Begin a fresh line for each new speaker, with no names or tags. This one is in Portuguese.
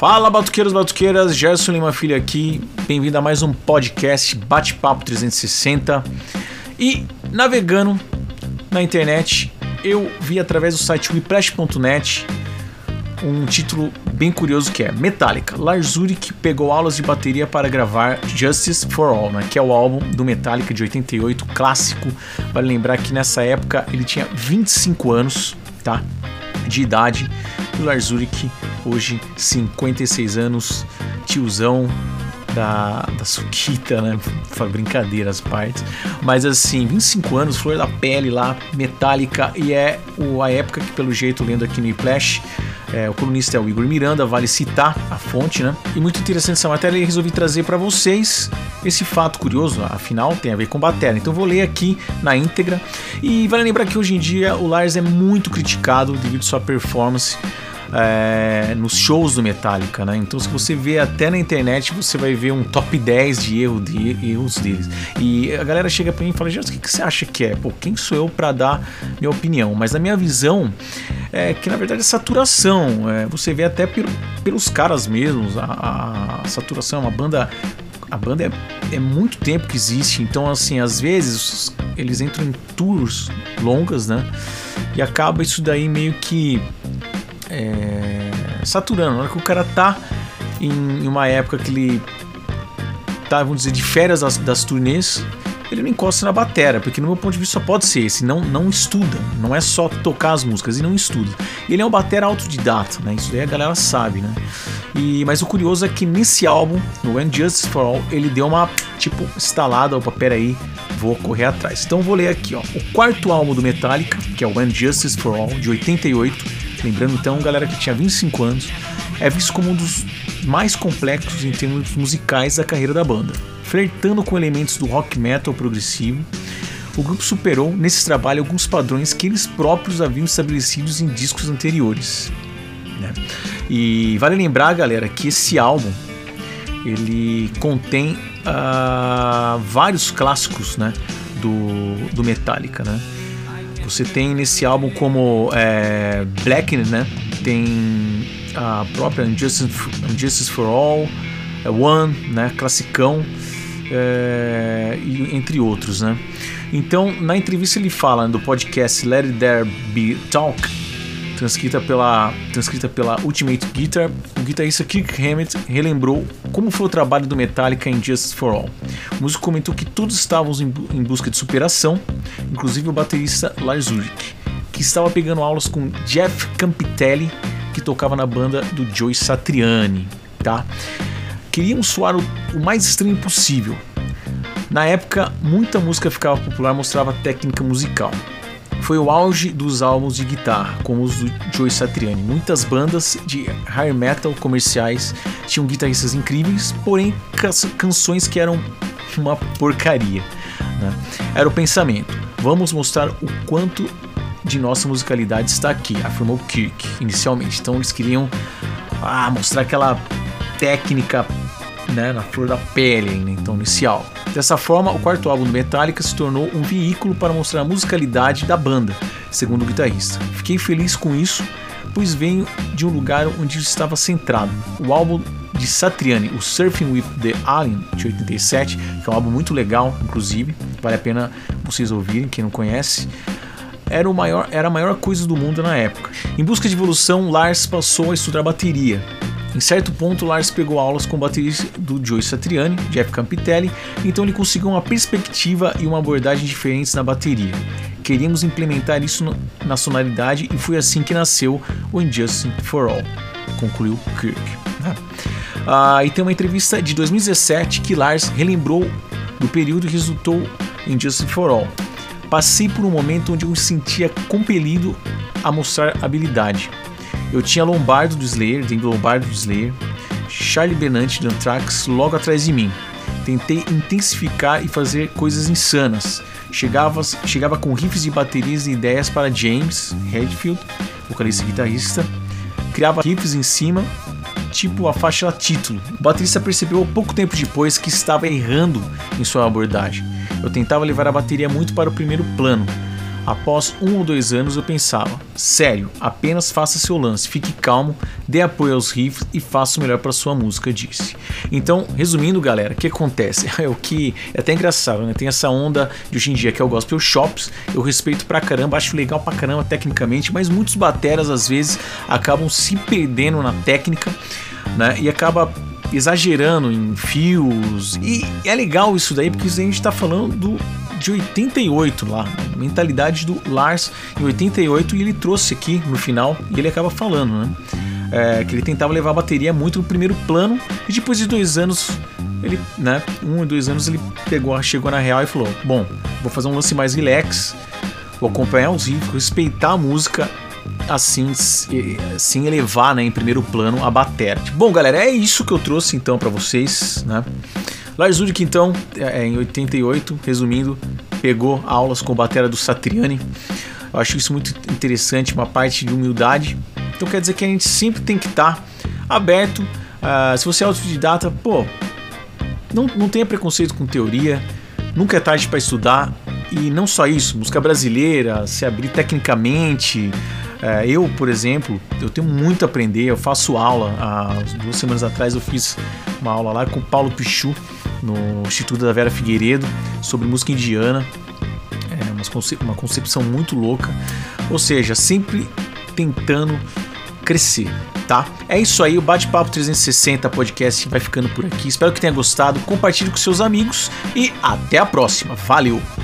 Fala, batuqueiros, batuqueiras, Gerson Lima Filho aqui, bem-vindo a mais um podcast Bate-Papo 360. E navegando na internet, eu vi através do site whiplash.net um título bem curioso que é Metallica. Lars Ulrich pegou aulas de bateria para gravar Justice for All, né, que é o álbum do Metallica de 88, clássico. Vale lembrar que nessa época ele tinha 25 anos, tá, de idade. E o Lars Ulrich, hoje 56 anos, tiozão da Suquita, né? Brincadeira as partes. Mas assim, 25 anos, flor da pele lá, Metallica. E é a época que, pelo jeito, lendo aqui no Whiplash, o colunista é o Igor Miranda, vale citar a fonte, né? E muito interessante essa matéria e resolvi trazer para vocês esse fato curioso, afinal tem a ver com bateria. Então vou ler aqui na íntegra. E vale lembrar que hoje em dia o Lars é muito criticado devido à sua performance nos shows do Metallica, né? Então se você vê até na internet, você vai ver um top 10 de erros deles. E a galera chega pra mim e fala: Jesus, o que você acha que é? Pô, quem sou eu pra dar minha opinião? Mas na minha visão é que na verdade é saturação. Você vê até pelos caras mesmos, a saturação é uma banda. A banda é muito tempo que existe, então assim, às vezes eles entram em tours longas, né? E acaba isso daí meio que saturando. Na hora que o cara tá em uma época que ele tá, vamos dizer, de férias das turnês, ele não encosta na batera, porque no meu ponto de vista só pode ser esse, não estuda, não é só tocar as músicas e não estuda. Ele é um batera autodidata, né? Isso daí a galera sabe, né? Mas o curioso é que nesse álbum, no When Justice for All, ele deu uma, tipo, instalada, opa, peraí, vou correr atrás. Então vou ler aqui, ó, o quarto álbum do Metallica, que é o When Justice for All, de 88, lembrando então, galera que tinha 25 anos, é visto como um dos mais complexos em termos musicais da carreira da banda. Flertando com elementos do rock metal progressivo, o grupo superou nesse trabalho alguns padrões que eles próprios haviam estabelecidos em discos anteriores, né? E vale lembrar, galera, que esse álbum ele contém vários clássicos, né, do Metallica, né? Você tem nesse álbum como Blackened, né? Tem a própria Justice for All, One, né? Classicão, e entre outros, né? Então, na entrevista ele fala do podcast Let It There Be Talk, transcrita pela Ultimate Guitar, o guitarrista Kirk Hammett relembrou como foi o trabalho do Metallica em Justice for All. O músico comentou que todos estavam em busca de superação, inclusive o baterista Lars Ulrich, que estava pegando aulas com Jeff Campitelli, que tocava na banda do Joe Satriani, tá? Queriam soar o mais estranho possível. Na época, muita música ficava popular, mostrava técnica musical. Foi o auge dos álbuns de guitarra, como os do Joe Satriani. Muitas bandas de hair metal comerciais tinham guitarristas incríveis, porém canções que eram uma porcaria, né? Era o pensamento: vamos mostrar o quanto de nossa musicalidade está aqui, afirmou Kirk inicialmente. Então eles queriam mostrar aquela técnica, né, na flor da pele, né, então nesse álbum. Dessa forma, o quarto álbum do Metallica se tornou um veículo para mostrar a musicalidade da banda, segundo o guitarrista. Fiquei feliz com isso, pois venho de um lugar onde estava centrado. O álbum de Satriani, o Surfing with the Alien, de 87, que é um álbum muito legal, inclusive, vale a pena vocês ouvirem, quem não conhece, era a maior coisa do mundo na época. Em busca de evolução, Lars passou a estudar bateria. Em certo ponto, Lars pegou aulas com o baterista do Joe Satriani, Jeff Campitelli, então ele conseguiu uma perspectiva e uma abordagem diferentes na bateria. Queríamos implementar isso na sonoridade e foi assim que nasceu o Injustice for All, concluiu Kirk. E tem uma entrevista de 2017 que Lars relembrou do período que resultou em Injustice for All. Passei por um momento onde eu me sentia compelido a mostrar habilidade. Eu tinha Lombardo do Slayer, Charlie Benante do Anthrax logo atrás de mim. Tentei intensificar e fazer coisas insanas. Chegava com riffs de baterias e ideias para James Hetfield, vocalista e guitarrista. Criava riffs em cima, tipo a faixa título. O baterista percebeu pouco tempo depois que estava errando em sua abordagem. Eu tentava levar a bateria muito para o primeiro plano. Após 1 ou 2 anos eu pensava, sério, apenas faça seu lance, fique calmo, dê apoio aos riffs e faça o melhor para sua música, disse. Então, resumindo, galera, o que acontece? É o que é até engraçado, né? Tem essa onda de hoje em dia que é o gospel shops, eu respeito pra caramba, acho legal pra caramba tecnicamente, mas muitos bateras às vezes acabam se perdendo na técnica, né? E acaba exagerando em fios, e é legal isso daí, porque a gente tá falando de 88 lá, mentalidade do Lars em 88, e ele trouxe aqui no final, e ele acaba falando, né? Que ele tentava levar a bateria muito no primeiro plano, e depois de 2 anos, ele, né, 1 ou 2 anos, ele chegou na real e falou, bom, vou fazer um lance mais relax, vou acompanhar os riffs, respeitar a música, assim elevar, né, em primeiro plano a bateria. Bom, galera, é isso que eu trouxe então para vocês, né? Lars Ulrich, então, em 88, resumindo, pegou aulas com a bateria do Satriani. Eu acho isso muito interessante, uma parte de humildade. Então quer dizer que a gente sempre tem que estar aberto. Se você é autodidata, pô, não tenha preconceito com teoria, nunca é tarde para estudar. E não só isso, música brasileira, se abrir tecnicamente. Eu, por exemplo, eu tenho muito a aprender, eu faço aula. Há 2 semanas atrás eu fiz uma aula lá com o Paulo Pichu, no Instituto da Vera Figueiredo, sobre música indiana. Uma concepção muito louca. Ou seja, sempre tentando crescer, tá? É isso aí, o Bate-Papo 360 podcast vai ficando por aqui. Espero que tenha gostado, compartilhe com seus amigos e até a próxima. Valeu!